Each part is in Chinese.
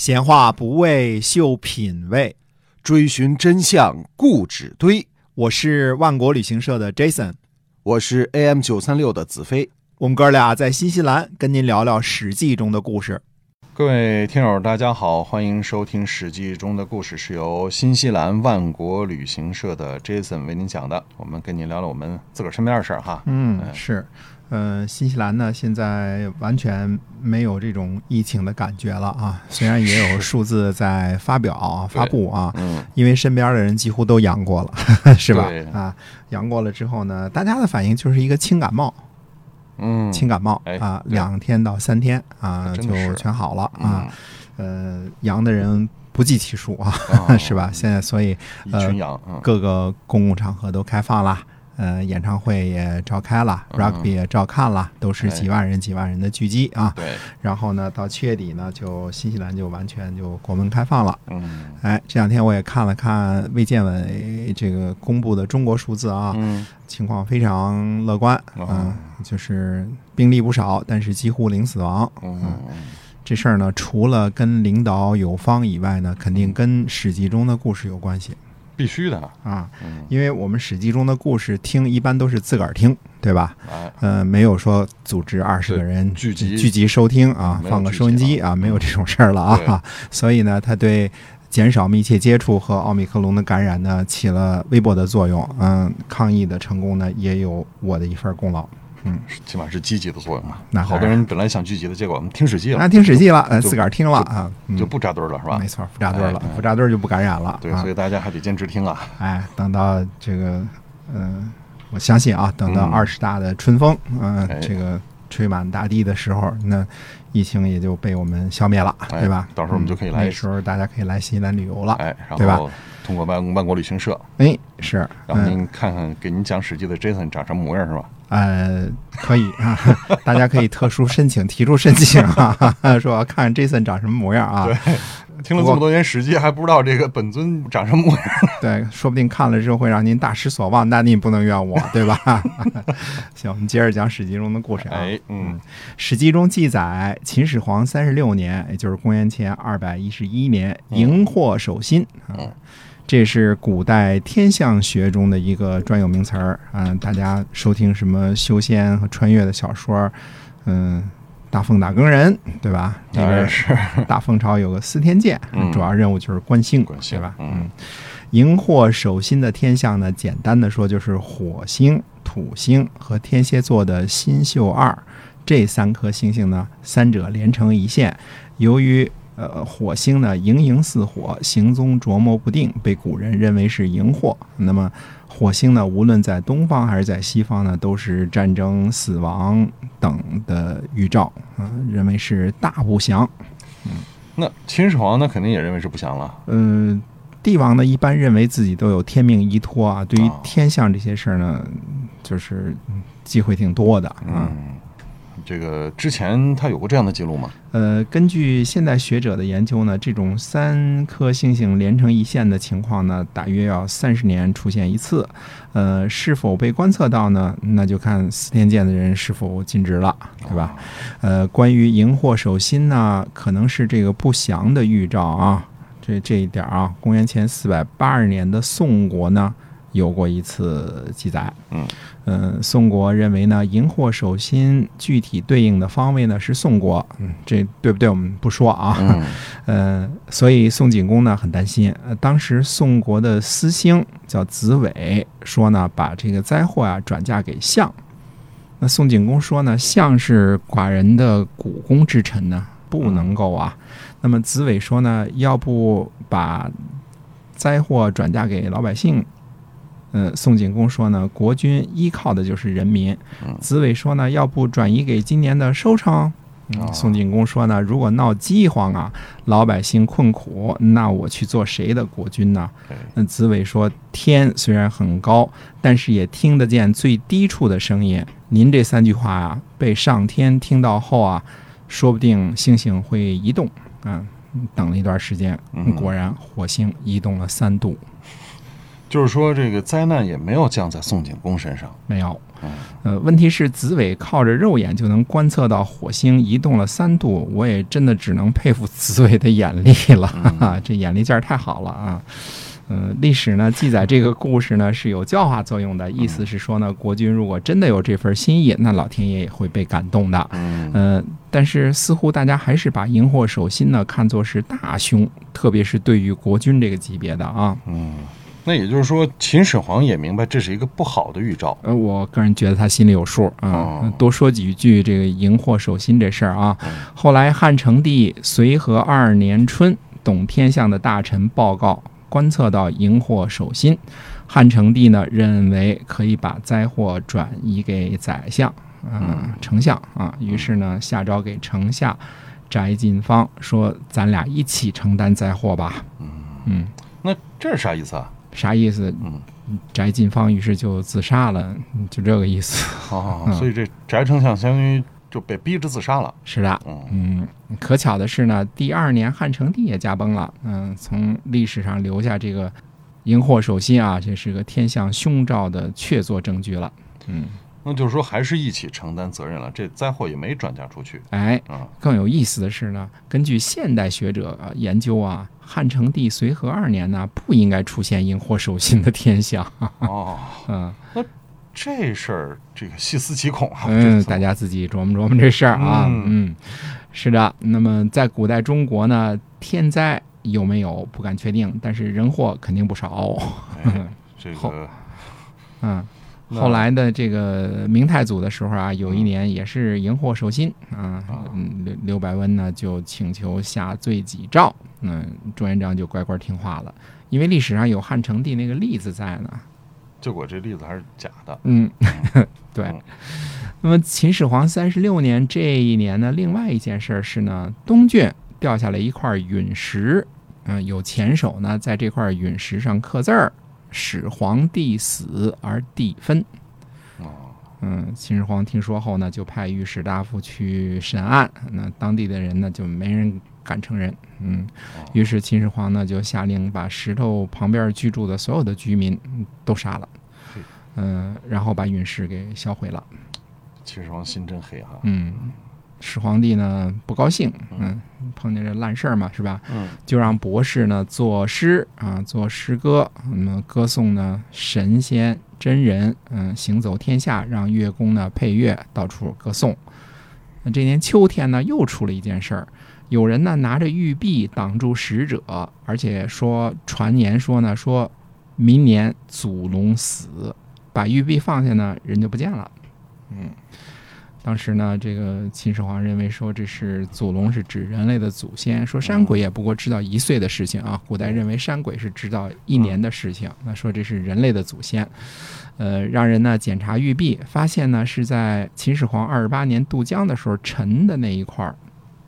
闲话不为秀品味， 追寻真相固执堆。 我是万国旅行社的 Jason， 我是 AM936 的子飞。 我们哥俩在新西兰跟您聊聊《史记》中的故事。 各位听友大家好，欢迎收听《史记》中的故事，是由新西兰万国旅行社的 Jason 为您讲的。我们跟您聊聊我们自个儿身边的事儿哈。 是。新西兰呢现在完全没有这种疫情的感觉了啊，虽然也有数字在发布啊，因为身边的人几乎都阳过了，是吧？啊，阳过了之后呢，大家的反应就是一个轻感冒，轻感冒啊，2天到3天啊就全好了啊。阳的人不计其数啊，是吧？现在所以一群阳， 各个公共场合都开放了。演唱会也召开了，rugby 也照看了，都是几万人的聚集啊。 对。 然后呢，到7月底呢，就新西兰就完全就国门开放了。这2天我也看了看卫健委这个公布的中国数字啊，情况非常乐观。就是病例不少，但是几乎零死亡。这事儿呢，除了跟领导有方以外呢，肯定跟史记中的故事有关系。 必须的啊，因为我们史记中的故事听一般都是自个儿听，对吧？没有说组织20个人聚集收听啊，放个收音机啊，没有这种事儿了啊。所以呢，它对减少密切接触和奥密克戎的感染呢起了微薄的作用。抗疫的成功呢也有我的一份功劳。 起码是积极的作用嘛。那好多人本来想聚集的，结果我们听史记了， 听史记了，自个儿听了啊， 就不扎堆了，是吧？ 没错，不扎堆了，不扎堆就不感染了。 对，所以大家还得坚持听啊。 等到这个，我相信啊，等到20大的春风，这个吹满大地的时候，那疫情也就被我们消灭了，对吧？ 到时候我们就可以来， 那时候大家可以来新西兰旅游了， 对吧？ 通过万国旅行社， 是， 然后您看看给您讲史记的 Jason 长什么模样，是吧？ 可以啊，大家可以特殊申请，提出申请啊，说看 Jason 长什么模样啊。 对，听了这么多年史记，还不知道这个本尊长什么模样。 对，说不定看了之后会让您大失所望，那您不能怨我，对吧？行，我们接着讲史记中的故事啊。史记中记载，秦始皇36年，也就是公元前211年，荧惑守心这是古代天象学中的一个专有名词儿大家收听什么修仙和穿越的小说，大凤打更人，对吧？这边是大凤朝有个司天监，主要任务就是观星，对吧？荧惑守心的天象呢，简单的说就是火星、土星和天蝎座的星宿2这3颗星星呢，3者连成一线。由于火星呢荧荧似火，行踪琢磨不定，被古人认为是荧惑。那么火星呢，无论在东方还是在西方呢，都是战争、死亡等的预兆，认为是大不祥。 那秦始皇呢，肯定也认为是不祥了。 帝王呢一般认为自己都有天命依托啊，对于天象这些事儿呢，就是忌讳挺多的这个之前他有过这样的记录吗？ 根据现代学者的研究呢，这种3颗星星连成一线的情况呢，大约要30年出现一次。是否被观测到呢？那就看司天监的人是否尽职了，对吧？关于荧惑守心呢，可能是这个不祥的预兆啊。这一点啊，公元前480年的宋国呢有过一次记载。宋国认为呢，荧惑守心具体对应的方位呢是宋国，这对不对我们不说啊。所以宋景公呢很担心。当时宋国的司星叫子尾，说呢把这个灾祸转嫁给象。那宋景公说呢，象是寡人的股肱之臣呢，不能够啊。那么子尾说呢，要不把灾祸转嫁给老百姓。宋景公说呢，国君依靠的就是人民。子尾说呢，要不转移给今年的收成。宋景公说呢，如果闹饥荒啊，老百姓困苦，那我去做谁的国君呢？子尾说，天虽然很高，但是也听得见最低处的声音。您这3句话被上天听到后啊，说不定星星会移动。等了一段时间，果然火星移动了3度。 就是说这个灾难也没有降在宋景公身上。 没有。问题是子伟靠着肉眼就能观测到火星移动了3度，我也真的只能佩服子伟的眼力了，这眼力劲儿太好了啊！历史呢记载这个故事呢是有教化作用的，意思是说呢，国君如果真的有这份心意，那老天爷也会被感动的。但是似乎大家还是把荧惑守心呢看作是大凶，特别是对于国君这个级别的啊。 那也就是说，秦始皇也明白这是一个不好的预兆。 我个人觉得他心里有数啊。多说几句这个荧惑守心这事儿啊。后来汉成帝随和2年春，懂天象的大臣报告观测到荧惑守心，汉成帝呢认为可以把灾祸转移给宰相，丞相啊。于是呢下诏给丞相翟进方说：“咱俩一起承担灾祸吧。” 那这是啥意思啊？ 啥意思？翟进方于是就自杀了，就这个意思。 所以这翟丞相相当于就被逼着自杀了。 是的。可巧的是呢，第2年汉成帝也驾崩了。从历史上留下这个荧惑守心啊，这是个天象凶兆的确凿证据了。 那就是说还是一起承担责任了，这灾祸也没转嫁出去。 更有意思的是呢，根据现代学者研究啊，汉成帝随和2年呢不应该出现荧惑守心的天象。 那这事儿这个细思极恐啊。 大家自己琢磨琢磨这事儿啊。是的。那么在古代中国呢，天灾有没有不敢确定，但是人祸肯定不少。 这个后来的这个明太祖的时候啊，有一年也是荧惑守心啊。刘百温呢就请求下罪己诏，朱元璋就乖乖听话了，因为历史上有汉成帝那个例子在呢。 结果这例子还是假的。 对。那么秦始皇36年这一年呢，另外一件事是呢，东郡掉下了一块陨石，有前手呢在这块陨石上刻字儿：“始皇帝死而地分。”秦始皇听说后呢，就派御史大夫去审案，那当地的人呢就没人敢承认。于是秦始皇呢就下令把石头旁边居住的所有的居民都杀了，然后把陨石给销毁了。 秦始皇心真黑哈。 始皇帝呢不高兴，碰见这烂事儿嘛，是吧？就让博士呢作诗啊，作诗歌，歌颂呢神仙真人，行走天下，让乐工呢配乐，到处歌颂。那这年秋天呢，又出了一件事儿，有人呢拿着玉璧挡住使者，而且传言说呢，说明年祖龙死，把玉璧放下呢，人就不见了。当时呢，这个秦始皇认为说这是祖龙是指人类的祖先，说山鬼也不过知道1岁的事情啊，古代认为山鬼是知道1年的事情，那说这是人类的祖先。让人呢检查玉璧，发现呢是在秦始皇28年渡江的时候沉的那一块儿。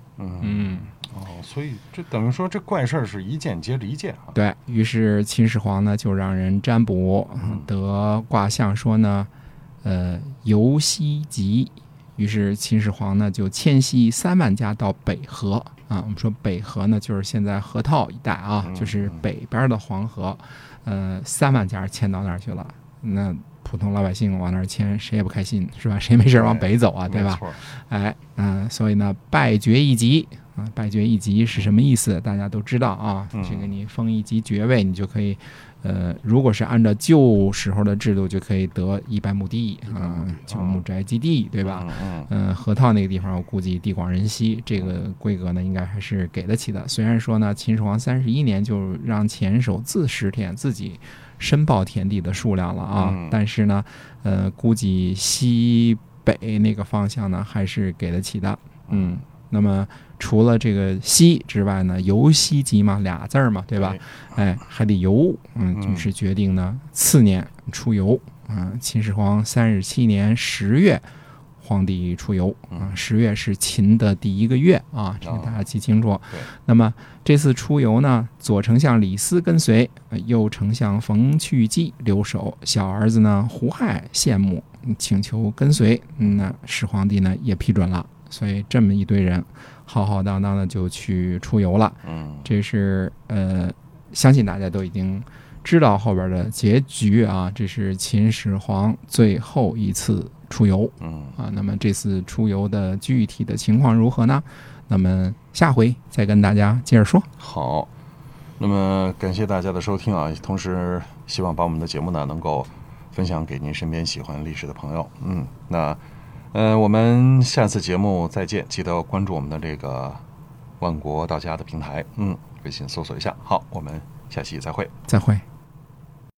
所以这等于说这怪事儿是一件接着一件啊。 对，于是秦始皇呢就让人占卜得卦象说呢，游西极。于是秦始皇呢就迁徙3万家到北河啊。我们说北河呢就是现在河套一带啊，就是北边的黄河。3万家迁到那儿去了。那普通老百姓往那儿迁，谁也不开心，是吧？谁没事往北走啊，对吧？所以呢，拜爵一级啊，拜爵一级是什么意思？大家都知道啊。这个你封一级爵位，你就可以，如果是按照旧时候的制度，就可以得100亩地啊，9亩宅基地，对吧？河套那个地方，我估计地广人稀，这个规格呢，应该还是给得起的。虽然说呢，秦始皇31年就让前手自食田，自己申报田地的数量了啊，但是呢，估计西北那个方向呢，还是给得起的。那么除了这个西之外呢，游西极嘛，2字嘛，对吧？还得游。于是决定呢，次年出游。秦始皇37年10月，皇帝出游10月是秦的第1个月啊，这个大家记清楚。那么这次出游呢，左丞相李斯跟随，右丞相冯去疾留守，小儿子呢胡亥羡慕，请求跟随。那始皇帝呢也批准了，所以这么一堆人浩浩荡荡的就去出游了。这是相信大家都已经知道后边的结局啊。这是秦始皇最后一次出游，那么这次出游的具体的情况如何呢？那么下回再跟大家接着说。 好，那么感谢大家的收听啊，同时希望把我们的节目呢能够分享给您身边喜欢历史的朋友。那我们下次节目再见，记得关注我们的这个万国到家的平台，微信搜索一下。好，我们下期再会。 再会。